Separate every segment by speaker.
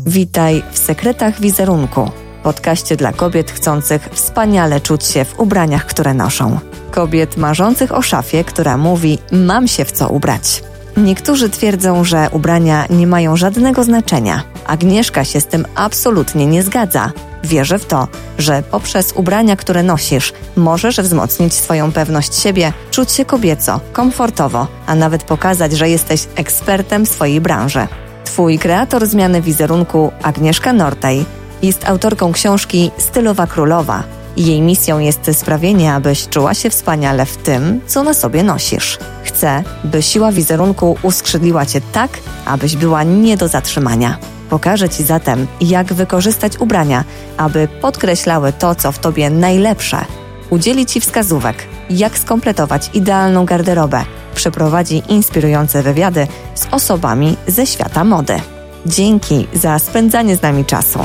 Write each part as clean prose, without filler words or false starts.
Speaker 1: Witaj w Sekretach Wizerunku, podcaście dla kobiet chcących wspaniale czuć się w ubraniach, które noszą. Kobiet marzących o szafie, która mówi: mam się w co ubrać. Niektórzy twierdzą, że ubrania nie mają żadnego znaczenia. Agnieszka się z tym absolutnie nie zgadza. Wierzę w to, że poprzez ubrania, które nosisz, możesz wzmocnić swoją pewność siebie, czuć się kobieco, komfortowo, a nawet pokazać, że jesteś ekspertem swojej branży. Twój kreator zmiany wizerunku, Agnieszka Nortej, jest autorką książki Stylowa Królowa. Jej misją jest sprawienie, abyś czuła się wspaniale w tym, co na sobie nosisz. Chce, by siła wizerunku uskrzydliła Cię tak, abyś była nie do zatrzymania. Pokażę Ci zatem, jak wykorzystać ubrania, aby podkreślały to, co w Tobie najlepsze. Udzieli Ci wskazówek, jak skompletować idealną garderobę. Przeprowadzi inspirujące wywiady z osobami ze świata mody. Dzięki za spędzanie z nami czasu.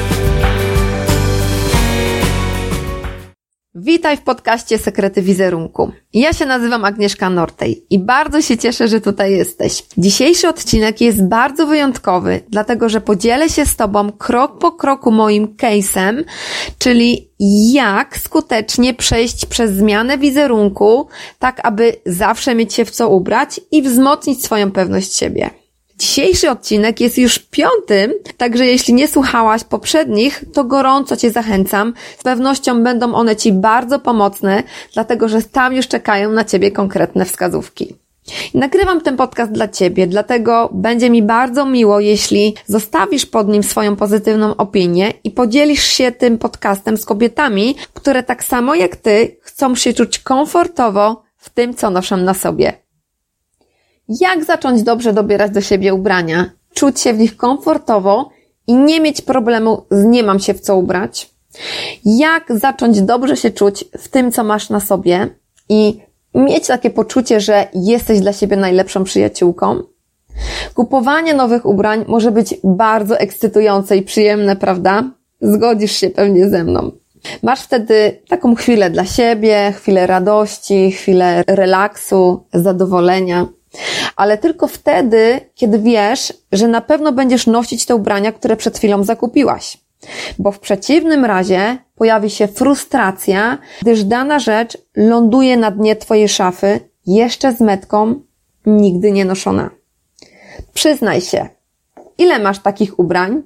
Speaker 2: Witaj w podcaście Sekrety Wizerunku. Ja się nazywam Agnieszka Nortej i bardzo się cieszę, że tutaj jesteś. Dzisiejszy odcinek jest bardzo wyjątkowy, dlatego że podzielę się z Tobą krok po kroku moim case'em, czyli jak skutecznie przejść przez zmianę wizerunku, tak aby zawsze mieć się w co ubrać i wzmocnić swoją pewność siebie. Dzisiejszy odcinek jest już 5, także jeśli nie słuchałaś poprzednich, to gorąco Cię zachęcam. Z pewnością będą one Ci bardzo pomocne, dlatego że tam już czekają na Ciebie konkretne wskazówki. Nagrywam ten podcast dla Ciebie, dlatego będzie mi bardzo miło, jeśli zostawisz pod nim swoją pozytywną opinię i podzielisz się tym podcastem z kobietami, które tak samo jak Ty chcą się czuć komfortowo w tym, co noszą na sobie. Jak zacząć dobrze dobierać do siebie ubrania, czuć się w nich komfortowo i nie mieć problemu z nie mam się w co ubrać? Jak zacząć dobrze się czuć w tym, co masz na sobie i mieć takie poczucie, że jesteś dla siebie najlepszą przyjaciółką? Kupowanie nowych ubrań może być bardzo ekscytujące i przyjemne, prawda? Zgodzisz się pewnie ze mną. Masz wtedy taką chwilę dla siebie, chwilę radości, chwilę relaksu, zadowolenia. Ale tylko wtedy, kiedy wiesz, że na pewno będziesz nosić te ubrania, które przed chwilą zakupiłaś. Bo w przeciwnym razie pojawi się frustracja, gdyż dana rzecz ląduje na dnie Twojej szafy, jeszcze z metką, nigdy nie noszona. Przyznaj się, ile masz takich ubrań?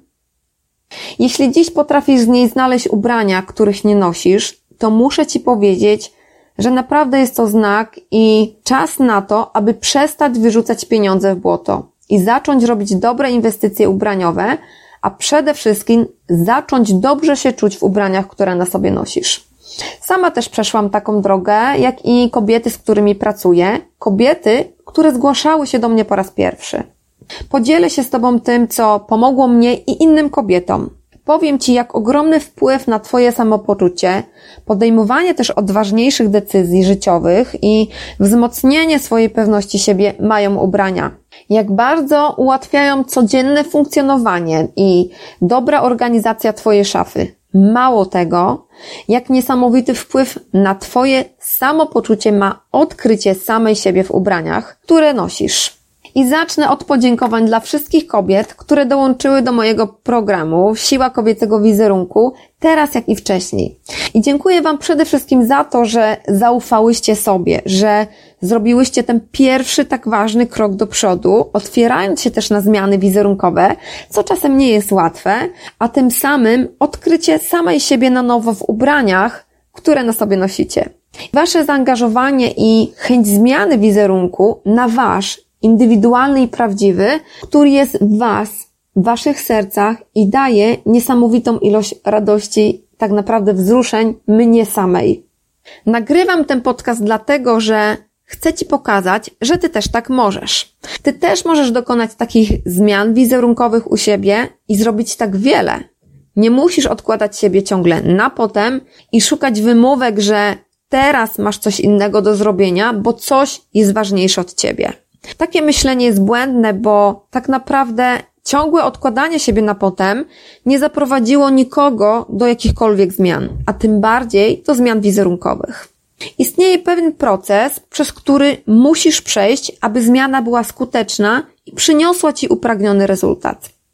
Speaker 2: Jeśli dziś potrafisz z niej znaleźć ubrania, których nie nosisz, to muszę Ci powiedzieć, że naprawdę jest to znak i czas na to, aby przestać wyrzucać pieniądze w błoto i zacząć robić dobre inwestycje ubraniowe, a przede wszystkim zacząć dobrze się czuć w ubraniach, które na sobie nosisz. Sama też przeszłam taką drogę, jak i kobiety, z którymi pracuję, kobiety, które zgłaszały się do mnie po raz pierwszy. Podzielę się z Tobą tym, co pomogło mnie i innym kobietom. Powiem Ci, jak ogromny wpływ na Twoje samopoczucie, podejmowanie też odważniejszych decyzji życiowych i wzmocnienie swojej pewności siebie mają ubrania. Jak bardzo ułatwiają codzienne funkcjonowanie i dobra organizacja Twojej szafy. Mało tego, jak niesamowity wpływ na Twoje samopoczucie ma odkrycie samej siebie w ubraniach, które nosisz. I zacznę od podziękowań dla wszystkich kobiet, które dołączyły do mojego programu Siła Kobiecego Wizerunku, teraz jak i wcześniej. I dziękuję Wam przede wszystkim za to, że zaufałyście sobie, że zrobiłyście ten pierwszy tak ważny krok do przodu, otwierając się też na zmiany wizerunkowe, co czasem nie jest łatwe, a tym samym odkrycie samej siebie na nowo w ubraniach, które na sobie nosicie. Wasze zaangażowanie i chęć zmiany wizerunku na Wasz indywidualny i prawdziwy, który jest w Was, w Waszych sercach i daje niesamowitą ilość radości, tak naprawdę wzruszeń mnie samej. Nagrywam ten podcast dlatego, że chcę Ci pokazać, że Ty też tak możesz. Ty też możesz dokonać takich zmian wizerunkowych u siebie i zrobić tak wiele. Nie musisz odkładać siebie ciągle na potem i szukać wymówek, że teraz masz coś innego do zrobienia, bo coś jest ważniejsze od Ciebie. Takie myślenie jest błędne, bo tak naprawdę ciągłe odkładanie siebie na potem nie zaprowadziło nikogo do jakichkolwiek zmian, a tym bardziej do zmian wizerunkowych. Istnieje pewien proces, przez który musisz przejść, aby zmiana była skuteczna i przyniosła Ci upragniony rezultat.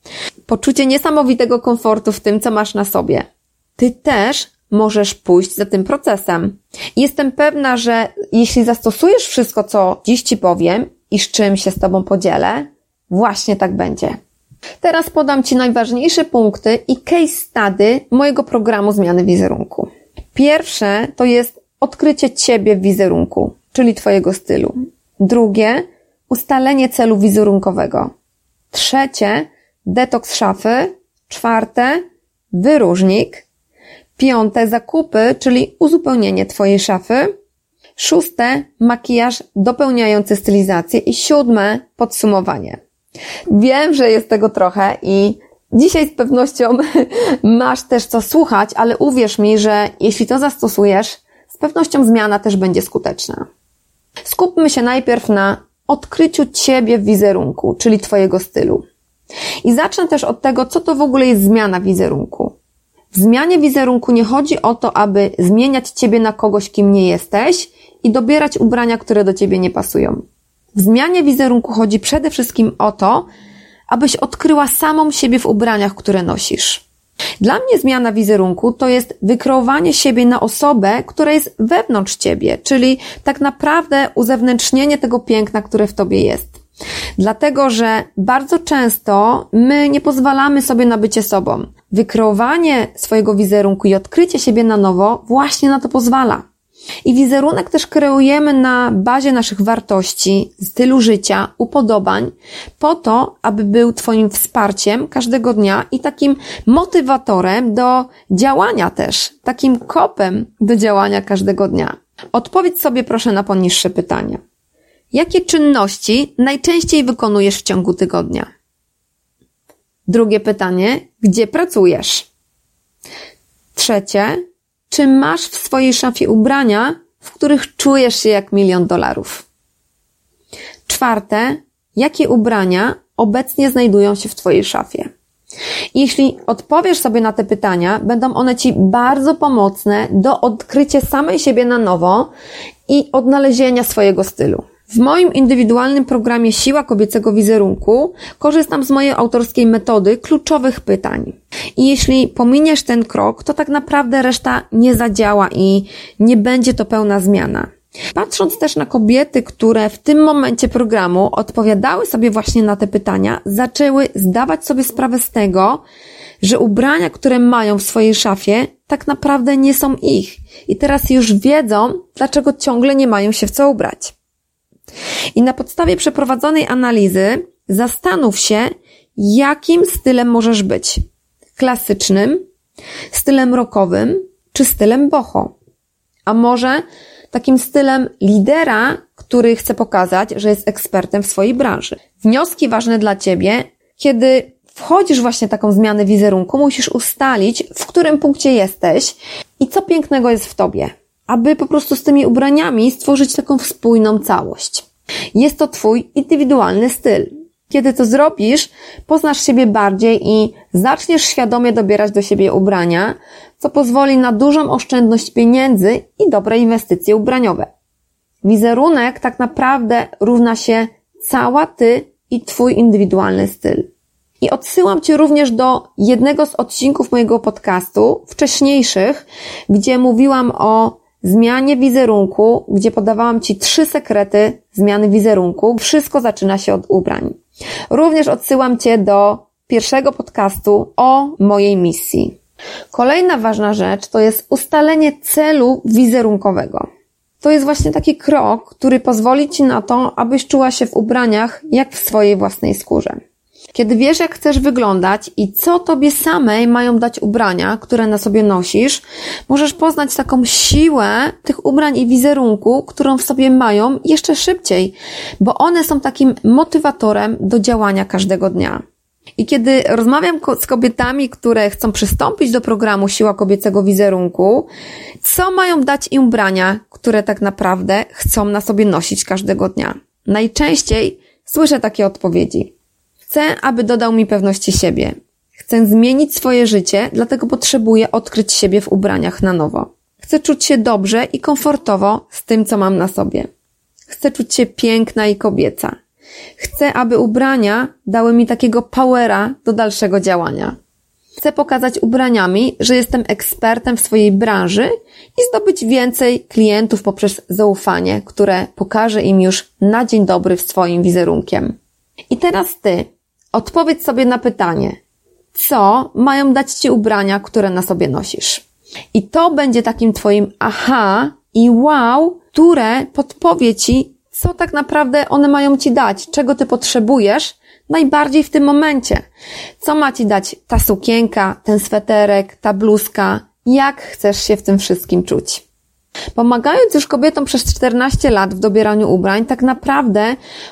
Speaker 2: Poczucie niesamowitego komfortu w tym, co masz na sobie. Ty też możesz pójść za tym procesem. I jestem pewna, że jeśli zastosujesz wszystko, co dziś Ci powiem i z czym się z Tobą podzielę, właśnie tak będzie. Teraz podam Ci najważniejsze punkty i case study mojego programu zmiany wizerunku. Pierwsze to jest odkrycie Ciebie w wizerunku, czyli Twojego stylu. Drugie, ustalenie celu wizerunkowego. Trzecie, detoks szafy. Czwarte, wyróżnik. Piąte, zakupy, czyli uzupełnienie Twojej szafy. Szóste, makijaż dopełniający stylizację. I siódme, podsumowanie. Wiem, że jest tego trochę i dzisiaj z pewnością masz też co słuchać, ale uwierz mi, że jeśli to zastosujesz, z pewnością zmiana też będzie skuteczna. Skupmy się najpierw na odkryciu Ciebie w wizerunku, czyli Twojego stylu. I zacznę też od tego, co to w ogóle jest zmiana wizerunku. W zmianie wizerunku nie chodzi o to, aby zmieniać Ciebie na kogoś, kim nie jesteś i dobierać ubrania, które do Ciebie nie pasują. W zmianie wizerunku chodzi przede wszystkim o to, abyś odkryła samą siebie w ubraniach, które nosisz. Dla mnie zmiana wizerunku to jest wykreowanie siebie na osobę, która jest wewnątrz Ciebie, czyli tak naprawdę uzewnętrznienie tego piękna, które w Tobie jest. Dlatego, że bardzo często my nie pozwalamy sobie na bycie sobą. Wykreowanie swojego wizerunku i odkrycie siebie na nowo właśnie na to pozwala. I wizerunek też kreujemy na bazie naszych wartości, stylu życia, upodobań, po to, aby był Twoim wsparciem każdego dnia i takim motywatorem do działania też, takim kopem do działania każdego dnia. Odpowiedz sobie proszę na poniższe pytania. Jakie czynności najczęściej wykonujesz w ciągu tygodnia? Drugie pytanie, gdzie pracujesz? Trzecie, czy masz w swojej szafie ubrania, w których czujesz się jak $1 000 000? Czwarte, jakie ubrania obecnie znajdują się w Twojej szafie? Jeśli odpowiesz sobie na te pytania, będą one Ci bardzo pomocne do odkrycia samej siebie na nowo i odnalezienia swojego stylu. W moim indywidualnym programie Siła Kobiecego Wizerunku korzystam z mojej autorskiej metody kluczowych pytań. I jeśli pominiesz ten krok, to tak naprawdę reszta nie zadziała i nie będzie to pełna zmiana. Patrząc też na kobiety, które w tym momencie programu odpowiadały sobie właśnie na te pytania, zaczęły zdawać sobie sprawę z tego, że ubrania, które mają w swojej szafie, tak naprawdę nie są ich. I teraz już wiedzą, dlaczego ciągle nie mają się w co ubrać. I na podstawie przeprowadzonej analizy zastanów się, jakim stylem możesz być. Klasycznym, stylem rockowym czy stylem boho. A może takim stylem lidera, który chce pokazać, że jest ekspertem w swojej branży. Wnioski ważne dla Ciebie, kiedy wchodzisz właśnie w taką zmianę wizerunku, musisz ustalić, w którym punkcie jesteś i co pięknego jest w Tobie, aby po prostu z tymi ubraniami stworzyć taką spójną całość. Jest to Twój indywidualny styl. Kiedy to zrobisz, poznasz siebie bardziej i zaczniesz świadomie dobierać do siebie ubrania, co pozwoli na dużą oszczędność pieniędzy i dobre inwestycje ubraniowe. Wizerunek tak naprawdę równa się cała Ty i Twój indywidualny styl. I odsyłam Cię również do jednego z odcinków mojego podcastu, wcześniejszych, gdzie mówiłam o zmianie wizerunku, gdzie podawałam Ci 3 sekrety zmiany wizerunku. Wszystko zaczyna się od ubrań. Również odsyłam Cię do pierwszego podcastu o mojej misji. Kolejna ważna rzecz to jest ustalenie celu wizerunkowego. To jest właśnie taki krok, który pozwoli Ci na to, abyś czuła się w ubraniach jak w swojej własnej skórze. Kiedy wiesz, jak chcesz wyglądać i co Tobie samej mają dać ubrania, które na sobie nosisz, możesz poznać taką siłę tych ubrań i wizerunku, którą w sobie mają jeszcze szybciej, bo one są takim motywatorem do działania każdego dnia. I kiedy rozmawiam z kobietami, które chcą przystąpić do programu Siła Kobiecego Wizerunku, co mają dać im ubrania, które tak naprawdę chcą na sobie nosić każdego dnia? Najczęściej słyszę takie odpowiedzi. Chcę, aby dodał mi pewności siebie. Chcę zmienić swoje życie, dlatego potrzebuję odkryć siebie w ubraniach na nowo. Chcę czuć się dobrze i komfortowo z tym, co mam na sobie. Chcę czuć się piękna i kobieca. Chcę, aby ubrania dały mi takiego powera do dalszego działania. Chcę pokazać ubraniami, że jestem ekspertem w swojej branży i zdobyć więcej klientów poprzez zaufanie, które pokaże im już na dzień dobry swoim wizerunkiem. I teraz Ty odpowiedz sobie na pytanie, co mają dać Ci ubrania, które na sobie nosisz. I to będzie takim Twoim aha i wow, które podpowie Ci, co tak naprawdę one mają Ci dać, czego Ty potrzebujesz najbardziej w tym momencie. Co ma Ci dać ta sukienka, ten sweterek, ta bluzka, jak chcesz się w tym wszystkim czuć. Pomagając już kobietom przez 14 lat w dobieraniu ubrań, tak naprawdę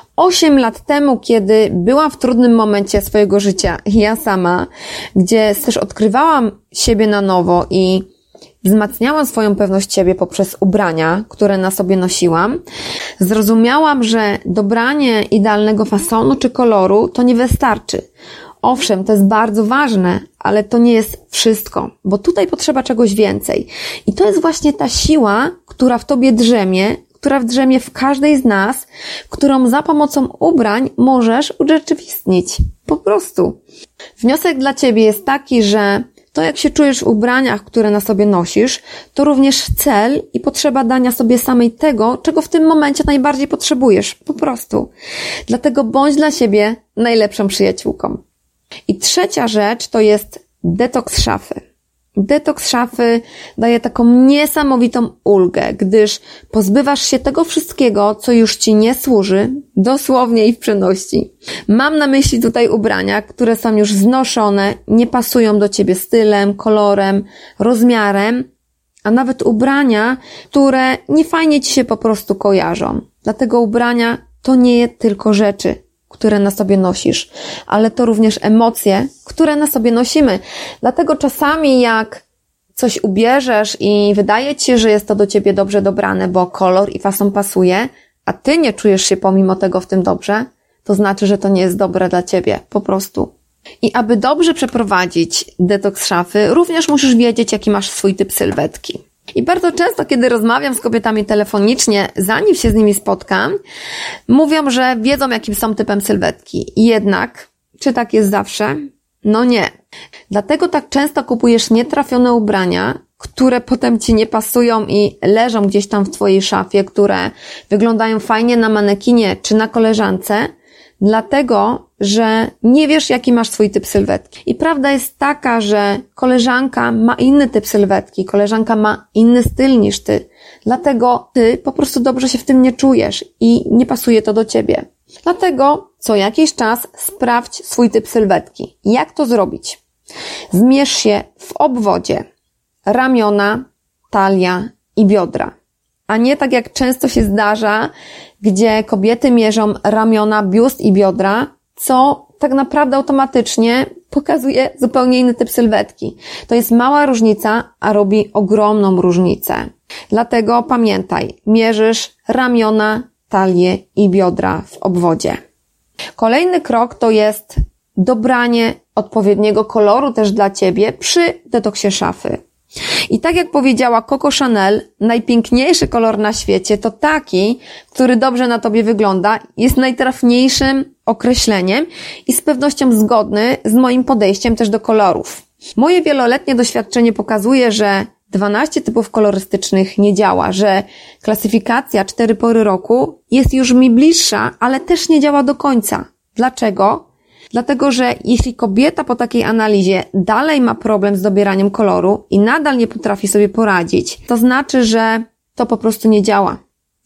Speaker 2: 8 lat temu, kiedy byłam w trudnym momencie swojego życia, ja sama, gdzie też odkrywałam siebie na nowo i wzmacniałam swoją pewność siebie poprzez ubrania, które na sobie nosiłam, zrozumiałam, że dobranie idealnego fasonu czy koloru to nie wystarczy. Owszem, to jest bardzo ważne, ale to nie jest wszystko, bo tutaj potrzeba czegoś więcej. I to jest właśnie ta siła, która w Tobie drzemie, która drzemie w każdej z nas, którą za pomocą ubrań możesz urzeczywistnić. Po prostu. Wniosek dla Ciebie jest taki, że to, jak się czujesz w ubraniach, które na sobie nosisz, to również cel i potrzeba dania sobie samej tego, czego w tym momencie najbardziej potrzebujesz. Po prostu. Dlatego bądź dla siebie najlepszą przyjaciółką. I trzecia rzecz to jest detoks szafy. Detoks szafy daje taką niesamowitą ulgę, gdyż pozbywasz się tego wszystkiego, co już Ci nie służy, dosłownie i w przenośni. Mam na myśli tutaj ubrania, które są już znoszone, nie pasują do Ciebie stylem, kolorem, rozmiarem, a nawet ubrania, które niefajnie Ci się po prostu kojarzą. Dlatego ubrania to nie tylko rzeczy, które na sobie nosisz, ale to również emocje, które na sobie nosimy. Dlatego czasami jak coś ubierzesz i wydaje Ci się, że jest to do Ciebie dobrze dobrane, bo kolor i fason pasuje, a Ty nie czujesz się pomimo tego w tym dobrze, to znaczy, że to nie jest dobre dla Ciebie, po prostu. I aby dobrze przeprowadzić detoks szafy, również musisz wiedzieć, jaki masz swój typ sylwetki. I bardzo często, kiedy rozmawiam z kobietami telefonicznie, zanim się z nimi spotkam, mówią, że wiedzą, jakim są typem sylwetki. Jednak, czy tak jest zawsze? No nie. Dlatego tak często kupujesz nietrafione ubrania, które potem Ci nie pasują i leżą gdzieś tam w Twojej szafie, które wyglądają fajnie na manekinie czy na koleżance, dlatego, że nie wiesz, jaki masz swój typ sylwetki. I prawda jest taka, że koleżanka ma inny typ sylwetki, koleżanka ma inny styl niż Ty. Dlatego Ty po prostu dobrze się w tym nie czujesz i nie pasuje to do Ciebie. Dlatego co jakiś czas sprawdź swój typ sylwetki. Jak to zrobić? Zmierz się w obwodzie ramiona, talia i biodra. A nie tak jak często się zdarza, gdzie kobiety mierzą ramiona, biust i biodra, co tak naprawdę automatycznie pokazuje zupełnie inny typ sylwetki. To jest mała różnica, a robi ogromną różnicę. Dlatego pamiętaj, mierzysz ramiona, talię i biodra w obwodzie. Kolejny krok to jest dobranie odpowiedniego koloru też dla Ciebie przy detoksie szafy. I tak jak powiedziała Coco Chanel, najpiękniejszy kolor na świecie to taki, który dobrze na Tobie wygląda, jest najtrafniejszym określeniem i z pewnością zgodny z moim podejściem też do kolorów. Moje wieloletnie doświadczenie pokazuje, że 12 typów kolorystycznych nie działa, że klasyfikacja 4 pory roku jest już mi bliższa, ale też nie działa do końca. Dlaczego? Dlatego, że jeśli kobieta po takiej analizie dalej ma problem z dobieraniem koloru i nadal nie potrafi sobie poradzić, to znaczy, że to po prostu nie działa.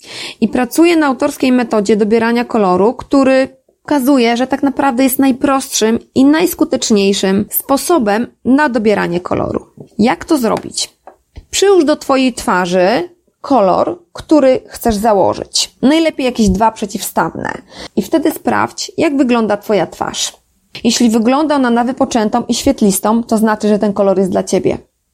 Speaker 2: I pracuję na autorskiej metodzie dobierania koloru, który pokazuje, że tak naprawdę jest najprostszym i najskuteczniejszym sposobem na dobieranie koloru. Jak to zrobić? Przyłóż do Twojej twarzy kolor, który chcesz założyć. Najlepiej jakieś 2 przeciwstawne. I wtedy sprawdź, jak wygląda Twoja twarz. Jeśli wygląda ona na wypoczętą i świetlistą, to znaczy, że ten kolor jest dla Ciebie.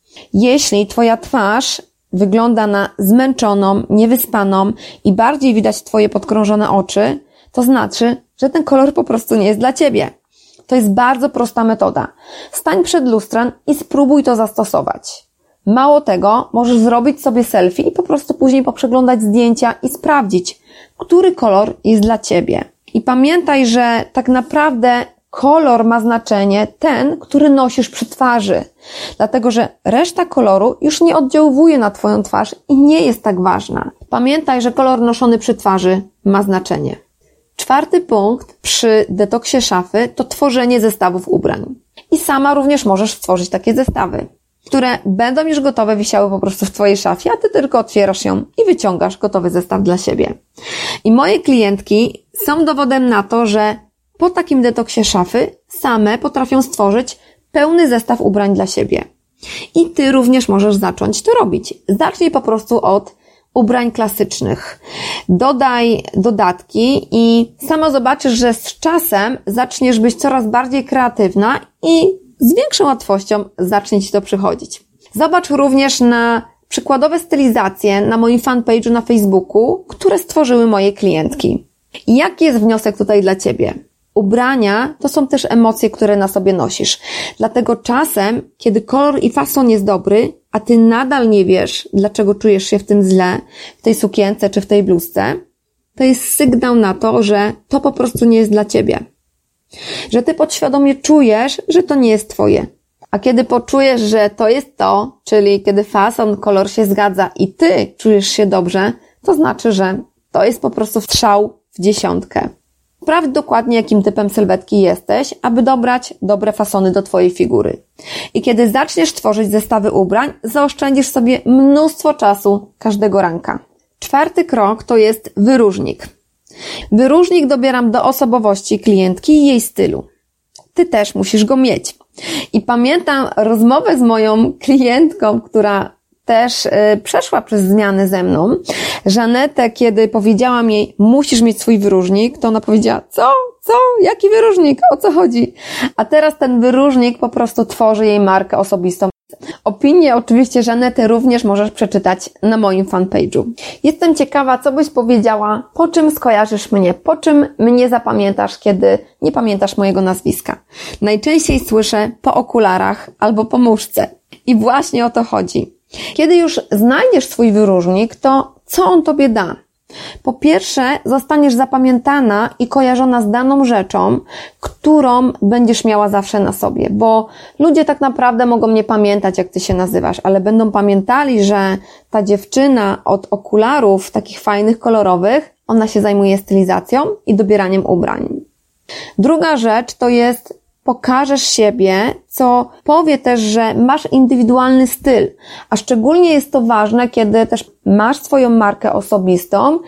Speaker 2: Jeśli Twoja twarz wygląda na zmęczoną, niewyspaną i bardziej widać Twoje podkrążone oczy, to znaczy, że ten kolor po prostu nie jest dla Ciebie. To jest bardzo prosta metoda. Stań przed lustrem i spróbuj to zastosować. Mało tego, możesz zrobić sobie selfie i po prostu później poprzeglądać zdjęcia i sprawdzić, który kolor jest dla Ciebie. I pamiętaj, że tak naprawdę kolor ma znaczenie ten, który nosisz przy twarzy. Dlatego, że reszta koloru już nie oddziałuje na Twoją twarz i nie jest tak ważna. Pamiętaj, że kolor noszony przy twarzy ma znaczenie. 4. punkt przy detoksie szafy to tworzenie zestawów ubrań. I sama również możesz stworzyć takie zestawy, które będą już gotowe, wisiały po prostu w Twojej szafie, a Ty tylko otwierasz ją i wyciągasz gotowy zestaw dla siebie. I moje klientki są dowodem na to, że po takim detoksie szafy same potrafią stworzyć pełny zestaw ubrań dla siebie. I Ty również możesz zacząć to robić. Zacznij po prostu od ubrań klasycznych. Dodaj dodatki i sama zobaczysz, że z czasem zaczniesz być coraz bardziej kreatywna i z większą łatwością zacznie Ci to przychodzić. Zobacz również na przykładowe stylizacje na moim fanpage'u na Facebooku, które stworzyły moje klientki. I jaki jest wniosek tutaj dla Ciebie? Ubrania to są też emocje, które na sobie nosisz. Dlatego czasem, kiedy kolor i fason jest dobry, a Ty nadal nie wiesz, dlaczego czujesz się w tym źle, w tej sukience czy w tej bluzce, to jest sygnał na to, że to po prostu nie jest dla Ciebie. Że Ty podświadomie czujesz, że to nie jest Twoje. A kiedy poczujesz, że to jest to, czyli kiedy fason, kolor się zgadza i Ty czujesz się dobrze, to znaczy, że to jest po prostu strzał w 10. Sprawdź dokładnie, jakim typem sylwetki jesteś, aby dobrać dobre fasony do Twojej figury. I kiedy zaczniesz tworzyć zestawy ubrań, zaoszczędzisz sobie mnóstwo czasu każdego ranka. 4. krok to jest wyróżnik. Wyróżnik dobieram do osobowości klientki i jej stylu. Ty też musisz go mieć. I pamiętam rozmowę z moją klientką, która też przeszła przez zmiany ze mną. Żanetę, kiedy powiedziałam jej, musisz mieć swój wyróżnik, to ona powiedziała, co? Jaki wyróżnik? O co chodzi? A teraz ten wyróżnik po prostu tworzy jej markę osobistą. Opinię oczywiście Żanety również możesz przeczytać na moim fanpage'u. Jestem ciekawa, co byś powiedziała, po czym skojarzysz mnie, po czym mnie zapamiętasz, kiedy nie pamiętasz mojego nazwiska. Najczęściej słyszę po okularach albo po muszce. I właśnie o to chodzi. Kiedy już znajdziesz swój wyróżnik, to co on Tobie da? Po pierwsze, zostaniesz zapamiętana i kojarzona z daną rzeczą, którą będziesz miała zawsze na sobie, bo ludzie tak naprawdę mogą nie pamiętać, jak Ty się nazywasz, ale będą pamiętali, że ta dziewczyna od okularów, takich fajnych, kolorowych, ona się zajmuje stylizacją i dobieraniem ubrań. Druga rzecz to jest pokażesz siebie, co powie też, że masz indywidualny styl, a szczególnie jest to ważne, kiedy też masz swoją markę osobistą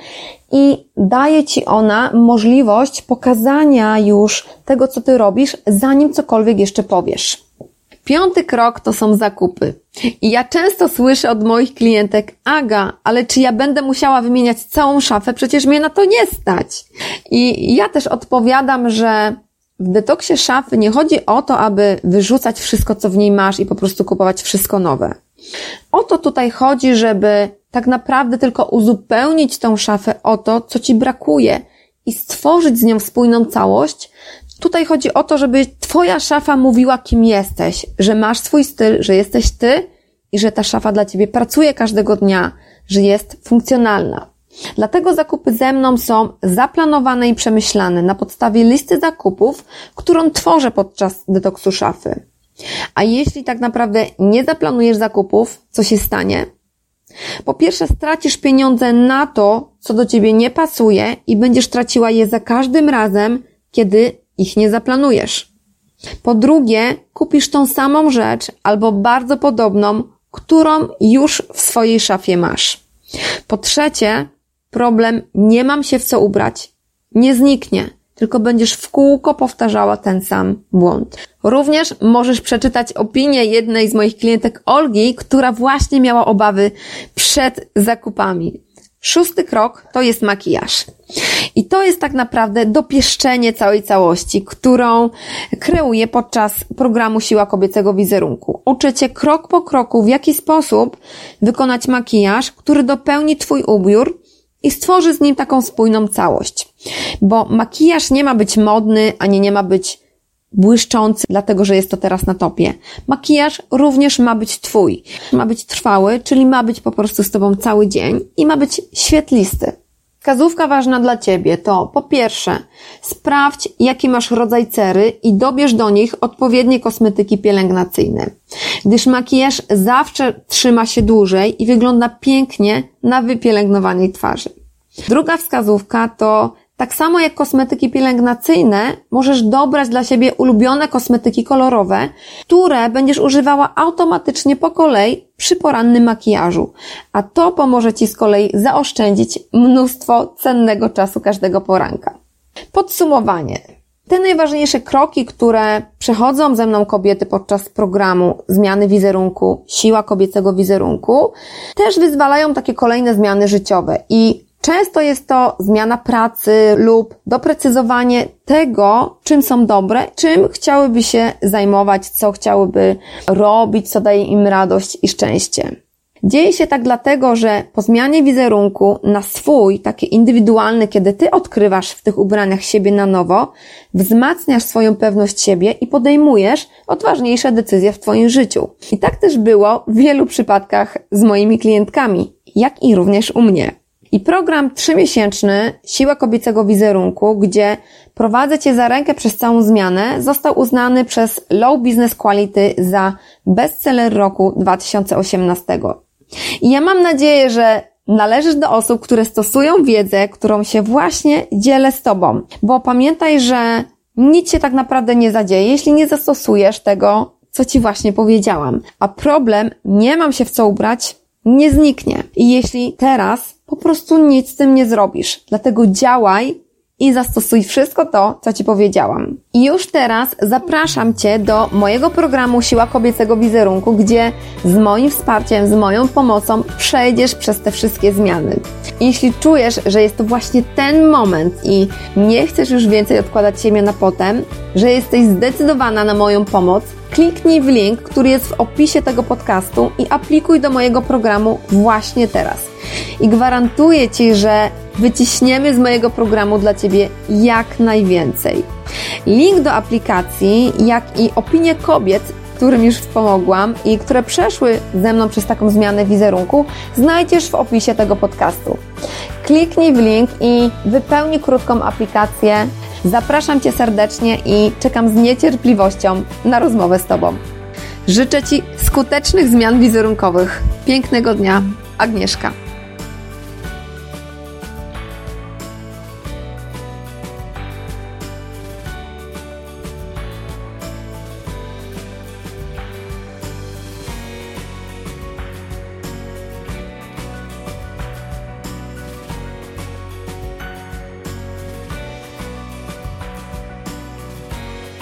Speaker 2: i daje Ci ona możliwość pokazania już tego, co Ty robisz, zanim cokolwiek jeszcze powiesz. 5. krok to są zakupy. I ja często słyszę od moich klientek, Aga, ale czy ja będę musiała wymieniać całą szafę? Przecież mnie na to nie stać. I ja też odpowiadam, że w detoksie szafy nie chodzi o to, aby wyrzucać wszystko, co w niej masz i po prostu kupować wszystko nowe. O to tutaj chodzi, żeby tak naprawdę tylko uzupełnić tą szafę o to, co Ci brakuje i stworzyć z nią spójną całość. Tutaj chodzi o to, żeby Twoja szafa mówiła, kim jesteś, że masz swój styl, że jesteś Ty i że ta szafa dla Ciebie pracuje każdego dnia, że jest funkcjonalna. Dlatego zakupy ze mną są zaplanowane i przemyślane na podstawie listy zakupów, którą tworzę podczas detoksu szafy. A jeśli tak naprawdę nie zaplanujesz zakupów, co się stanie? Po pierwsze, stracisz pieniądze na to, co do Ciebie nie pasuje i będziesz traciła je za każdym razem, kiedy ich nie zaplanujesz. Po drugie, kupisz tą samą rzecz albo bardzo podobną, którą już w swojej szafie masz. Po trzecie, problem nie mam się w co ubrać nie zniknie, tylko będziesz w kółko powtarzała ten sam błąd. Również możesz przeczytać opinię jednej z moich klientek Olgi, która właśnie miała obawy przed zakupami. 6. krok to jest makijaż. I to jest tak naprawdę dopieszczenie całej całości, którą kreuję podczas programu Siła Kobiecego Wizerunku. Uczę Cię krok po kroku, w jaki sposób wykonać makijaż, który dopełni Twój ubiór i stworzy z nim taką spójną całość. Bo makijaż nie ma być modny, ani nie ma być błyszczący, dlatego że jest to teraz na topie. Makijaż również ma być Twój. Ma być trwały, czyli ma być po prostu z Tobą cały dzień i ma być świetlisty. wskazówka ważna dla Ciebie to po pierwsze, sprawdź jaki masz rodzaj cery i dobierz do nich odpowiednie kosmetyki pielęgnacyjne, gdyż makijaż zawsze trzyma się dłużej i wygląda pięknie na wypielęgnowanej twarzy. Druga wskazówka to tak samo jak kosmetyki pielęgnacyjne, możesz dobrać dla siebie ulubione kosmetyki kolorowe, które będziesz używała automatycznie po kolei przy porannym makijażu, a to pomoże Ci z kolei zaoszczędzić mnóstwo cennego czasu każdego poranka. Podsumowanie. Te najważniejsze kroki, które przechodzą ze mną kobiety podczas programu zmiany wizerunku, siła kobiecego wizerunku, też wyzwalają takie kolejne zmiany życiowe i często jest to zmiana pracy lub doprecyzowanie tego, czym są dobre, czym chciałyby się zajmować, co chciałyby robić, co daje im radość i szczęście. Dzieje się tak dlatego, że po zmianie wizerunku na swój, taki indywidualny, kiedy Ty odkrywasz w tych ubraniach siebie na nowo, wzmacniasz swoją pewność siebie i podejmujesz odważniejsze decyzje w Twoim życiu. I tak też było w wielu przypadkach z moimi klientkami, jak i również u mnie. I program 3-miesięczny Siła kobiecego wizerunku, gdzie prowadzę Cię za rękę przez całą zmianę, został uznany przez Low Business Quality za bestseller roku 2018. I ja mam nadzieję, że należysz do osób, które stosują wiedzę, którą się właśnie dzielę z Tobą. Bo pamiętaj, że nic się tak naprawdę nie zadzieje, jeśli nie zastosujesz tego, co Ci właśnie powiedziałam. A problem nie mam się w co ubrać nie zniknie. I jeśli teraz po prostu nic z tym nie zrobisz. Dlatego działaj i zastosuj wszystko to, co Ci powiedziałam. I już teraz zapraszam Cię do mojego programu Siła kobiecego wizerunku, gdzie z moim wsparciem, z moją pomocą przejdziesz przez te wszystkie zmiany. I jeśli czujesz, że jest to właśnie ten moment i nie chcesz już więcej odkładać siebie na potem, że jesteś zdecydowana na moją pomoc, kliknij w link, który jest w opisie tego podcastu i aplikuj do mojego programu właśnie teraz. I gwarantuję Ci, że wyciśniemy z mojego programu dla Ciebie jak najwięcej. Link do aplikacji, jak i opinie kobiet, którym już pomogłam i które przeszły ze mną przez taką zmianę wizerunku, znajdziesz w opisie tego podcastu. Kliknij w link i wypełnij krótką aplikację. Zapraszam Cię serdecznie i czekam z niecierpliwością na rozmowę z Tobą. Życzę Ci skutecznych zmian wizerunkowych. Pięknego dnia, Agnieszka.